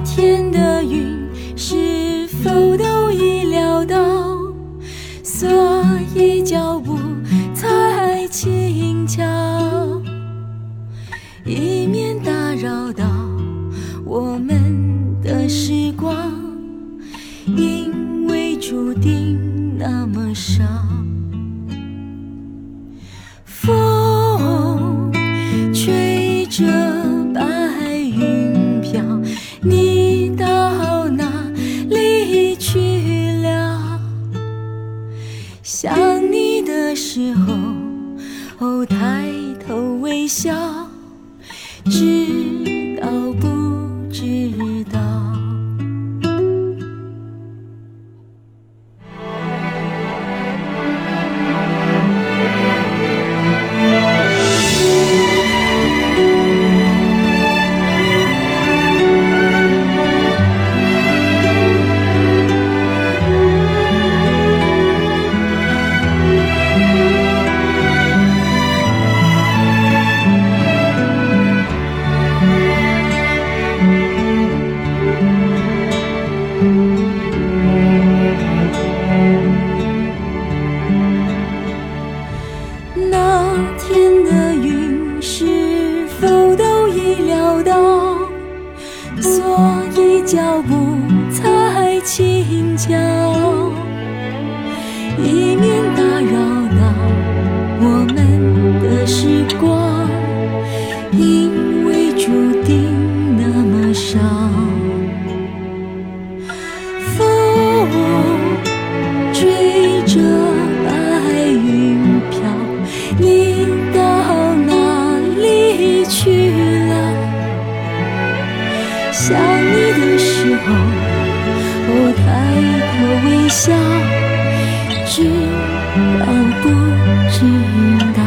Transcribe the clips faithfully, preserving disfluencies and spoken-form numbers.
天的云是否都已料到，所以脚步才轻巧，以免打扰到我们的时光，因为注定那么少。风吹着白云飘，你到哪里去了？想你的时候，哦，抬头微笑，知道不知道？脚步才轻巧，以免打扰到我们的时光，因为注定那么少。风追着白云飘，你到哪里去了？想你的时候，哦，抬头微笑，知道不知道？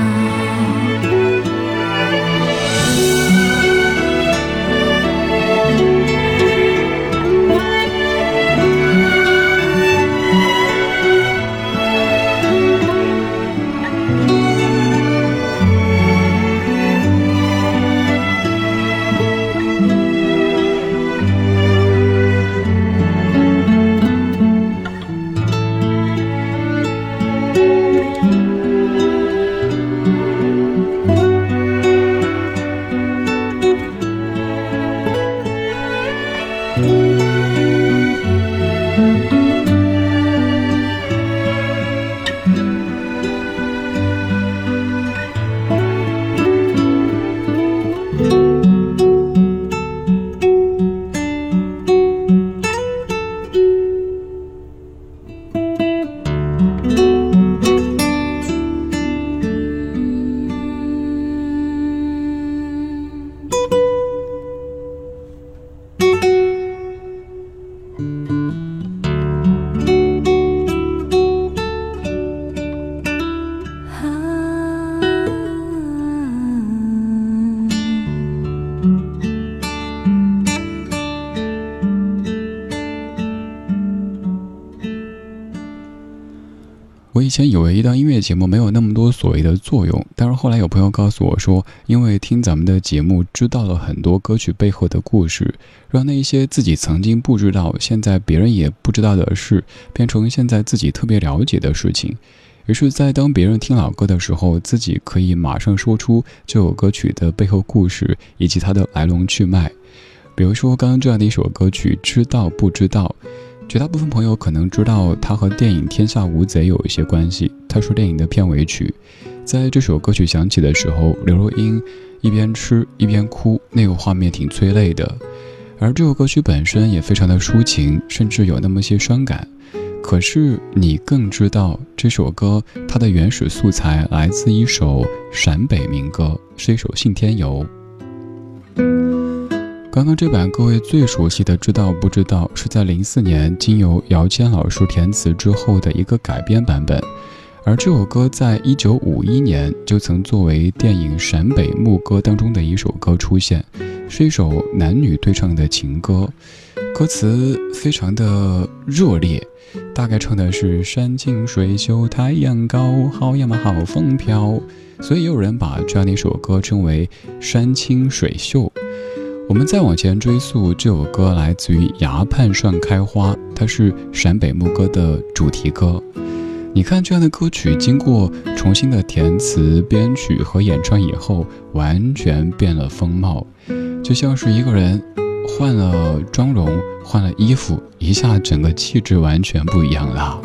我以前以为一档音乐节目没有那么多所谓的作用，但是后来有朋友告诉我说，因为听咱们的节目知道了很多歌曲背后的故事，让那一些自己曾经不知道现在别人也不知道的事变成现在自己特别了解的事情。于是在当别人听老歌的时候，自己可以马上说出这首歌曲的背后故事以及它的来龙去脉。比如说刚刚这样的一首歌曲知道不知道，绝大部分朋友可能知道它和电影《天下无贼》有一些关系，它是电影的片尾曲。在这首歌曲响起的时候，刘若英一边吃一边哭，那个画面挺催泪的。而这首歌曲本身也非常的抒情，甚至有那么些伤感。可是你更知道这首歌它的原始素材来自一首陕北民歌，是一首《信天游》。刚刚这版各位最熟悉的知道不知道，是在零四年经由姚谦老师填词之后的一个改编版本，而这首歌在一九五一年就曾作为电影《陕北牧歌》当中的一首歌出现，是一首男女对唱的情歌，歌词非常的热烈，大概唱的是山清水秀太阳高，好呀嘛好风飘，所以有人把这样的一首歌称为山清水秀。 我们再往前追溯，这首歌来自于《崖畔上开花》，它是陕北牧歌的主题歌。你看，这样的歌曲经过重新的填词、编曲和演唱以后，完全变了风貌，就像是一个人换了妆容、换了衣服，一下整个气质完全不一样了。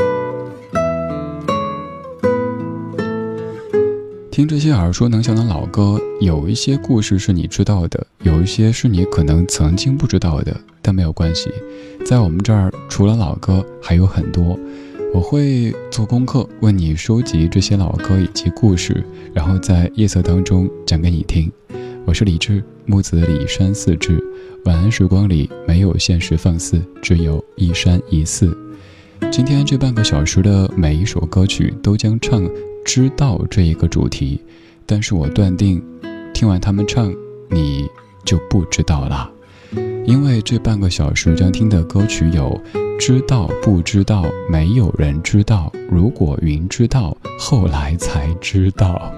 听这些耳熟能详的老歌，有一些故事是你知道的，有一些是你可能曾经不知道的，但没有关系，在我们这儿除了老歌还有很多。我会做功课，为你收集这些老歌以及故事，然后在夜色当中讲给你听。我是李志，木子李山四志。晚安时光里没有现实放肆，只有一山一寺。今天这半个小时的每一首歌曲都将唱知道这一个主题，但是我断定听完他们唱你就不知道了，因为这半个小时将听的歌曲有知道不知道，没有人知道，如果云知道，后来才知道。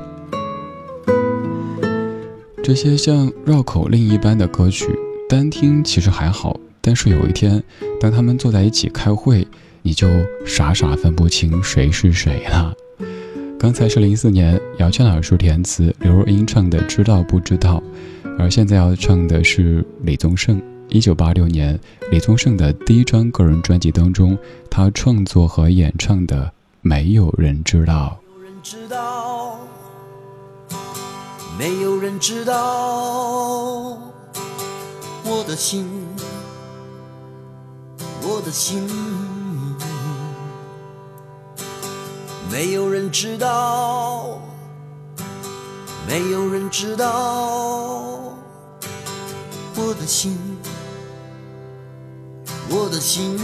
这些像绕口令一般的歌曲单听其实还好，但是有一天当他们坐在一起开会，你就傻傻分不清谁是谁了。刚才是零四年姚谦老师填词，刘若英唱的知道不知道，而现在要唱的是李宗盛。一九八六年李宗盛的第一张个人专辑当中，他创作和演唱的没有人知道。 没有人知道我的心，我的心，没有人知道，没有人知道我的心，我的心。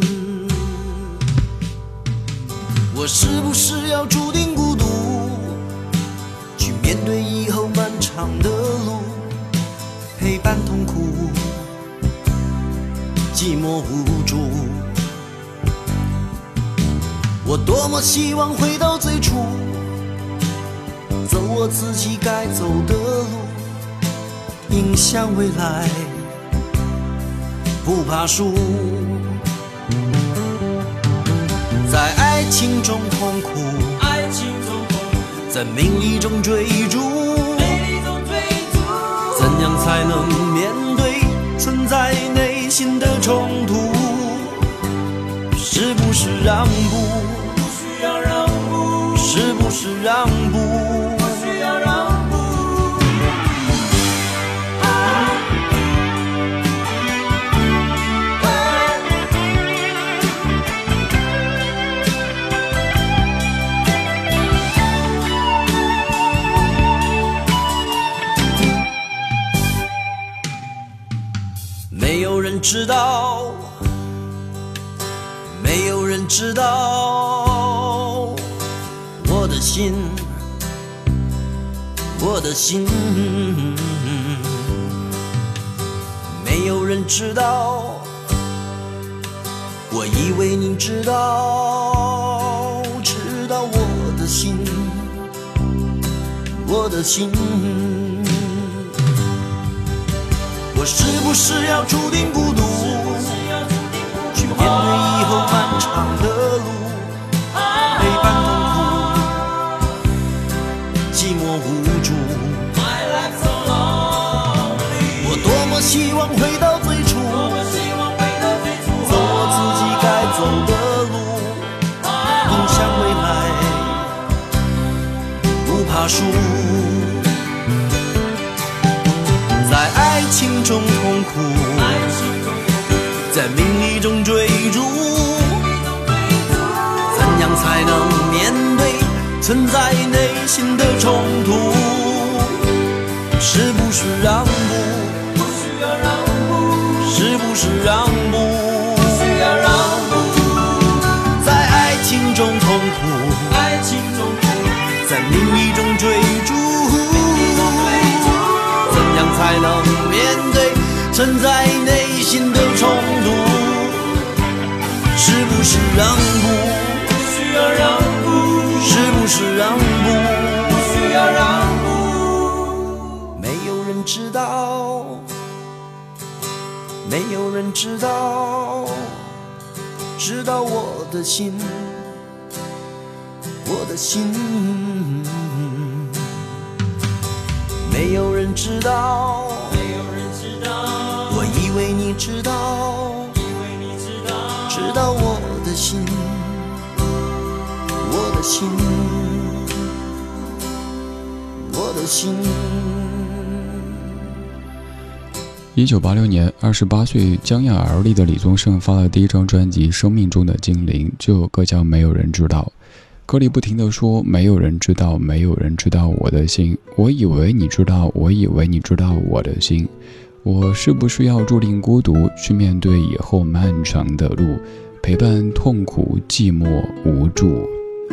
我是不是要注定孤独，去面对以后漫长的路，陪伴痛苦，寂寞无助。我多么希望回到最初，走我自己该走的路，迎向未来，不怕输。在爱情中痛苦，爱情中痛苦，在名利中追逐，怎样才能面对存在内心的冲突？是不是让步？不需要让步。是不是让步？不需要让步。没有人知道，没有人知道我的心，我的心。没有人知道，我以为你知道，知道我的心，我的心。我是不是要注定孤独，去面对以后漫长的路，陪伴痛苦，寂寞无助。我多么希望回到最初，走我自己该走的路，迎向未来，不怕输。在爱情中痛苦，在名利中追逐，怎样才能面对存在内心的冲突？是不是让步？不需要让步。是不是让步？不需要让步。在爱情中痛苦，爱情中痛苦，在名利中追逐，才能面对存在内心的冲突？是不是让步？不需要让步。是不是让步？不需要让步。没有人知道， 没有人知道，知道我的心，我的心。没有人知道，没有人知道，我以为你知道，以为你知道，知道我的心，我的心，我的心。 一九八六年，二十八岁将要而立的李宗盛发了第一张专辑《生命中的精灵》，就有歌叫《没有人知道》。歌里不停地说，没有人知道，没有人知道我的心，我以为你知道，我以为你知道我的心，我是不是要注定孤独，去面对以后漫长的路，陪伴痛苦、寂寞、无助。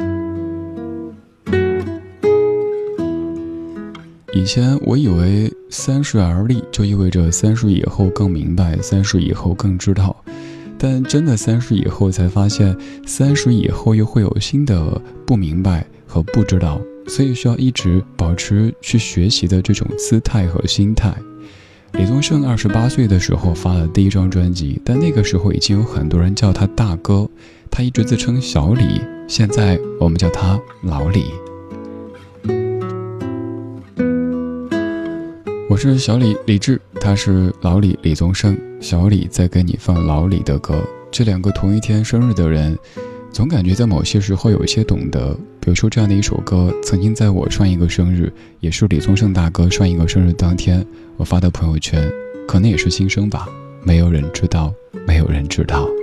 以前我以为三十而立就意味着三十以后更明白，三十以后更知道，但真的三十以后才发现，三十以后又会有新的不明白和不知道，所以需要一直保持去学习的这种姿态和心态。李宗盛二十八岁的时候发了第一张专辑，但那个时候已经有很多人叫他大哥，他一直自称小李，现在我们叫他老李。我是小李李志，他是老李李宗盛，小李在给你放老李的歌。这两个同一天生日的人，总感觉在某些时候有一些懂得。比如说这样的一首歌，曾经在我上一个生日，也是李宗盛大哥上一个生日当天，我发到朋友圈，可能也是心声吧，没有人知道，没有人知道。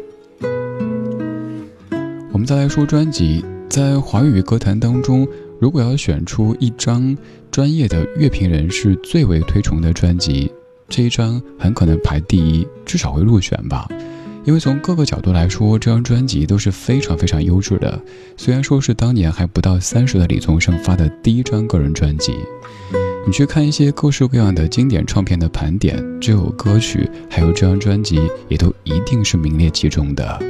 我们再来说专辑，在华语歌坛当中，如果要选出一张专业的乐评人士最为推崇的专辑，这一张很可能排第一，至少会入选吧。因为从各个角度来说，这张专辑都是非常非常优质的。虽然说是当年还不到三十的李宗盛发的第一张个人专辑，你去看一些各式各样的经典唱片的盘点，这首歌曲还有这张专辑也都一定是名列其中的。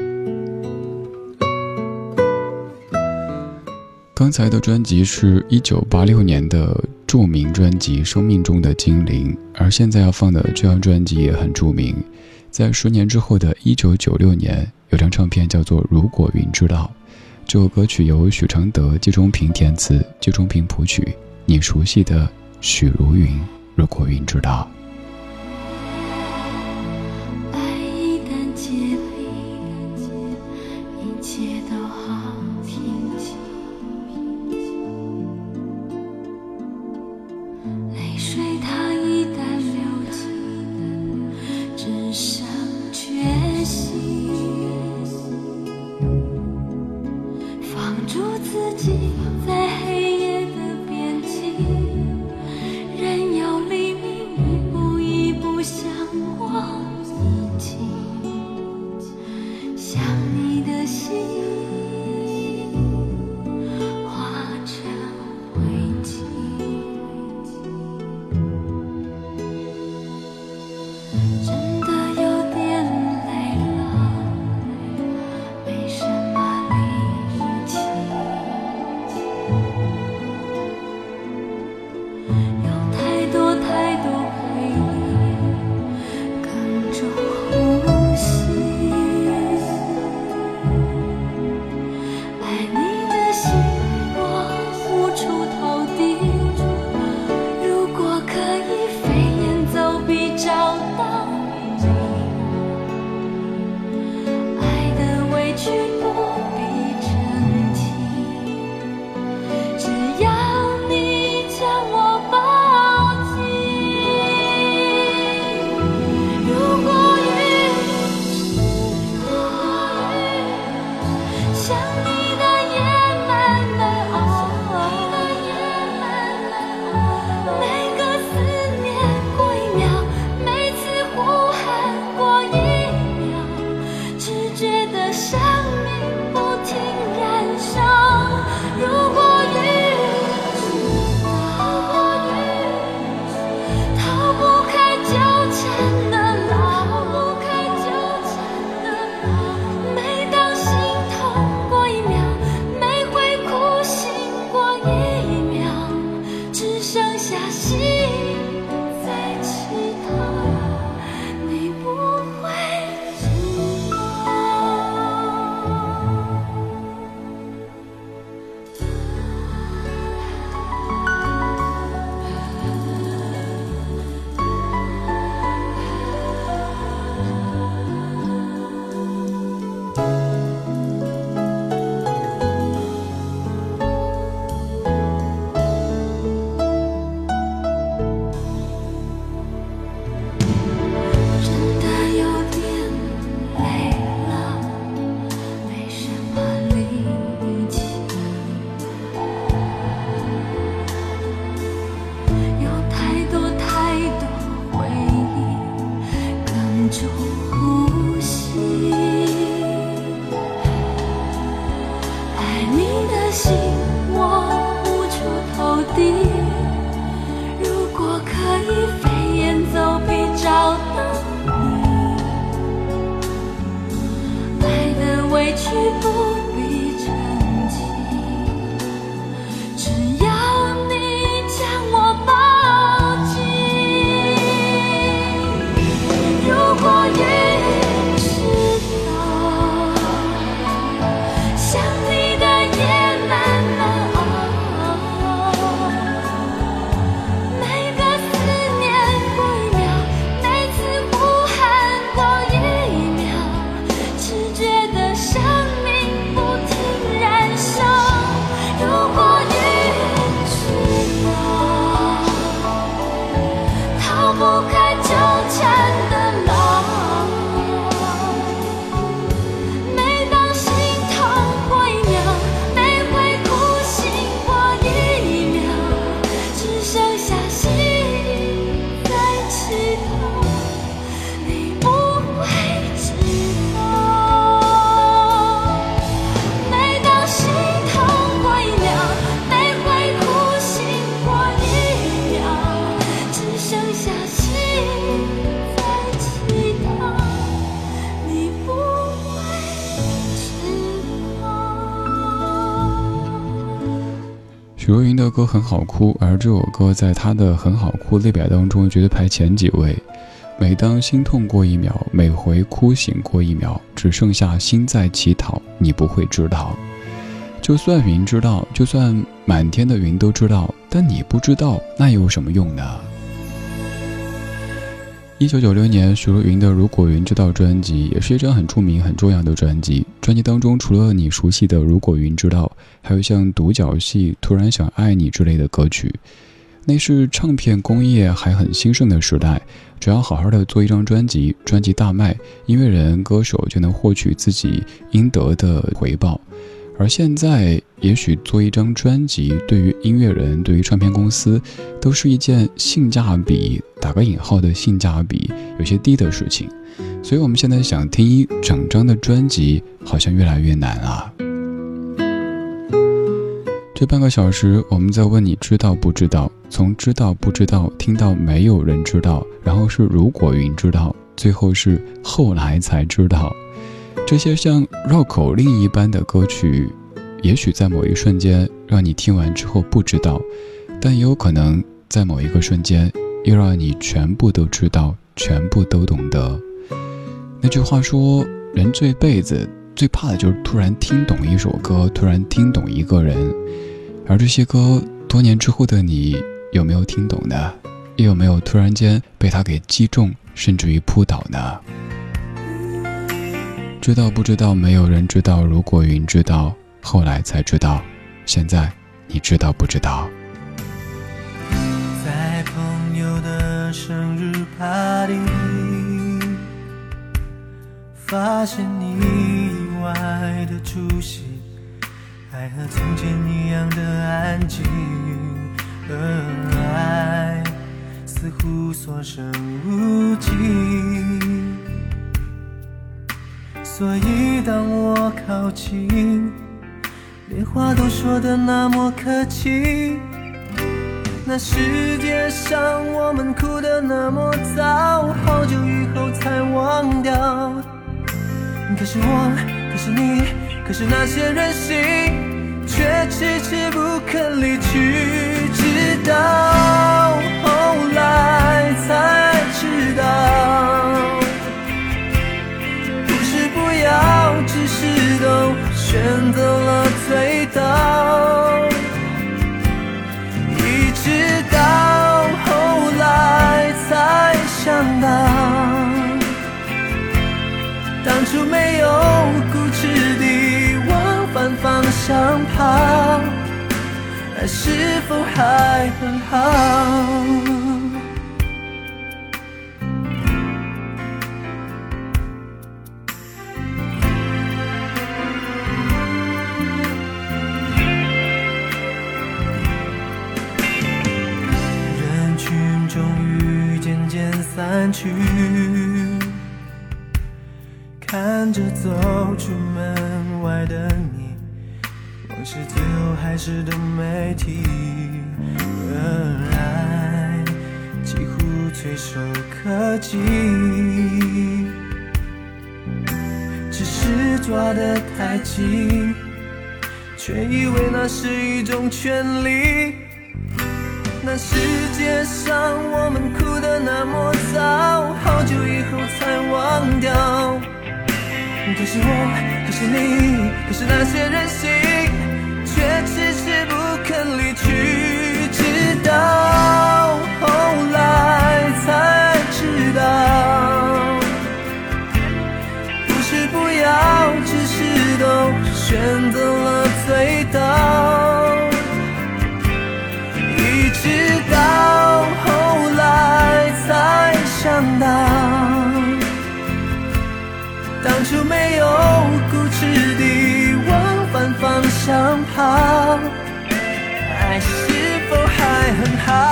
刚才的专辑是一九八六年的著名专辑《生命中的精灵》，而现在要放的这张专辑也很著名。在十年之后的一九九六年，有张唱片叫做《如果云知道》，这首歌曲由许常德、季中平填词，季中平谱曲，你熟悉的许茹芸《如果云知道》。 有太多太多回忆，哽中呼呼吸。爱你的心我无处投递，如果可以飞檐走壁找到你，爱的委屈不必澄清，只要你将我抱紧。如果云知道想你的夜慢慢熬，每个思念过一秒，每次呼喊过一秒，只觉得生命不停燃烧。如果云知道逃不开纠缠的牢，每当心痛过一秒，每回哭醒过一秒，只剩下心在祈祷，你不会知道。每当心痛过一秒，每回哭醒过一秒，只剩下心在祈祷，你不会知道。 许茹芸的歌很好哭，而这首歌在她的很好哭列表当中绝对排前几位。每当心痛过一秒，每回哭醒过一秒，只剩下心在乞讨，你不会知道。就算云知道，就算满天的云都知道，但你不知道，那有什么用呢？一九九六年，许茹芸的《如果云知道》专辑也是一张很著名、很重要的专辑。专辑当中，除了你熟悉的《如果云知道》，还有像《独角戏》《突然想爱你》之类的歌曲。那是唱片工业还很兴盛的时代，只要好好的做一张专辑，专辑大卖，音乐人、歌手就能获取自己应得的回报。而现在也许做一张专辑对于音乐人，对于唱片公司都是一件性价比打个引号的性价比有些低的事情，所以我们现在想听一整张的专辑好像越来越难啊。这半个小时我们在问你知道不知道，从知道不知道听到没有人知道，然后是如果云知道，最后是后来才知道。这些像绕口令一般的歌曲，也许在某一瞬间让你听完之后不知道，但也有可能在某一个瞬间又让你全部都知道，全部都懂得。那句话说，人这辈子最怕的就是突然听懂一首歌，突然听懂一个人。而这些歌多年之后的你有没有听懂呢？又有没有突然间被他给击中，甚至于扑倒呢？知道不知道，没有人知道。如果云知道，后来才知道。现在你知道不知道？ 在朋友的生日 party， 发现你意外的出席，还和从前一样的安静，而爱似乎所剩无几。所以当我靠近，连话都说得那么客气，那世界上我们哭得那么早，好久以后才忘掉。可是我，可是你，可是那些任性，却迟迟不肯离去。直到后来才知道，不是不要，只是都选择了推倒。一直到后来才想到，当初没有固执地往反方向跑，爱是否还很好？人群终于渐渐散去， 看着走出门外的你，往事最后还是都没提，而爱几乎垂手可及，只是抓得太紧，却以为那是一种权利。那世界上我们哭得那么早，好久以后才忘掉。可是我，可是你，可是那些任性，却迟迟不肯离去。直到后来才知道，不是不要，只是都选择了醉倒。一直到后来才想到，当初没有固执地往反方向跑，爱是否还很好？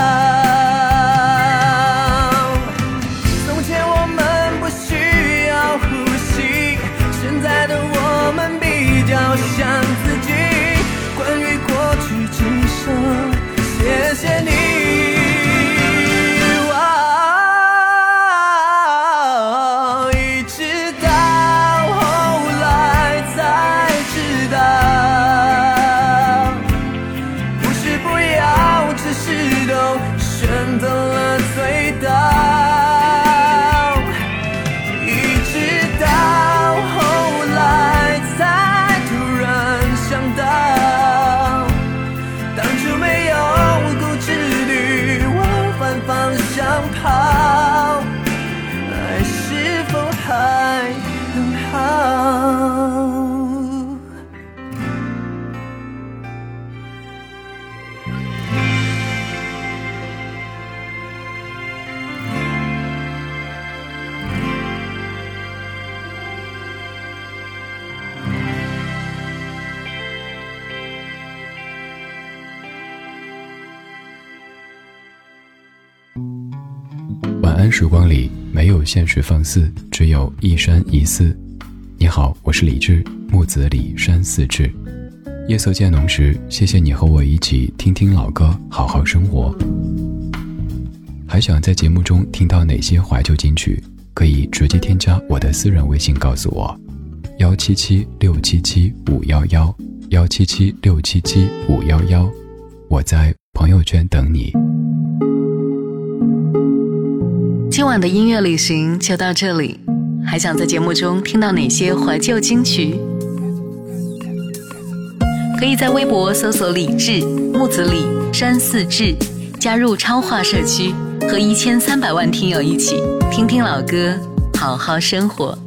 从前我们不需要呼吸，现在的我们比较像自己。关于过去，只剩谢谢你。 晚安时光里没有现实放肆，只有一山一寺。你好，我是李志，木子李山寺志。夜色渐浓时，谢谢你和我一起听听老歌，好好生活。还想在节目中听到哪些怀旧金曲，可以直接添加我的私人微信告诉我，幺七七六七七五幺幺，幺七七六七七五幺幺，我在朋友圈等你。 今晚的音乐旅行就到这里，还想在节目中听到哪些怀旧金曲？可以在微博搜索李志、木子李、山寺志，加入超话社区，和一千三百万听友一起听听老歌，好好生活。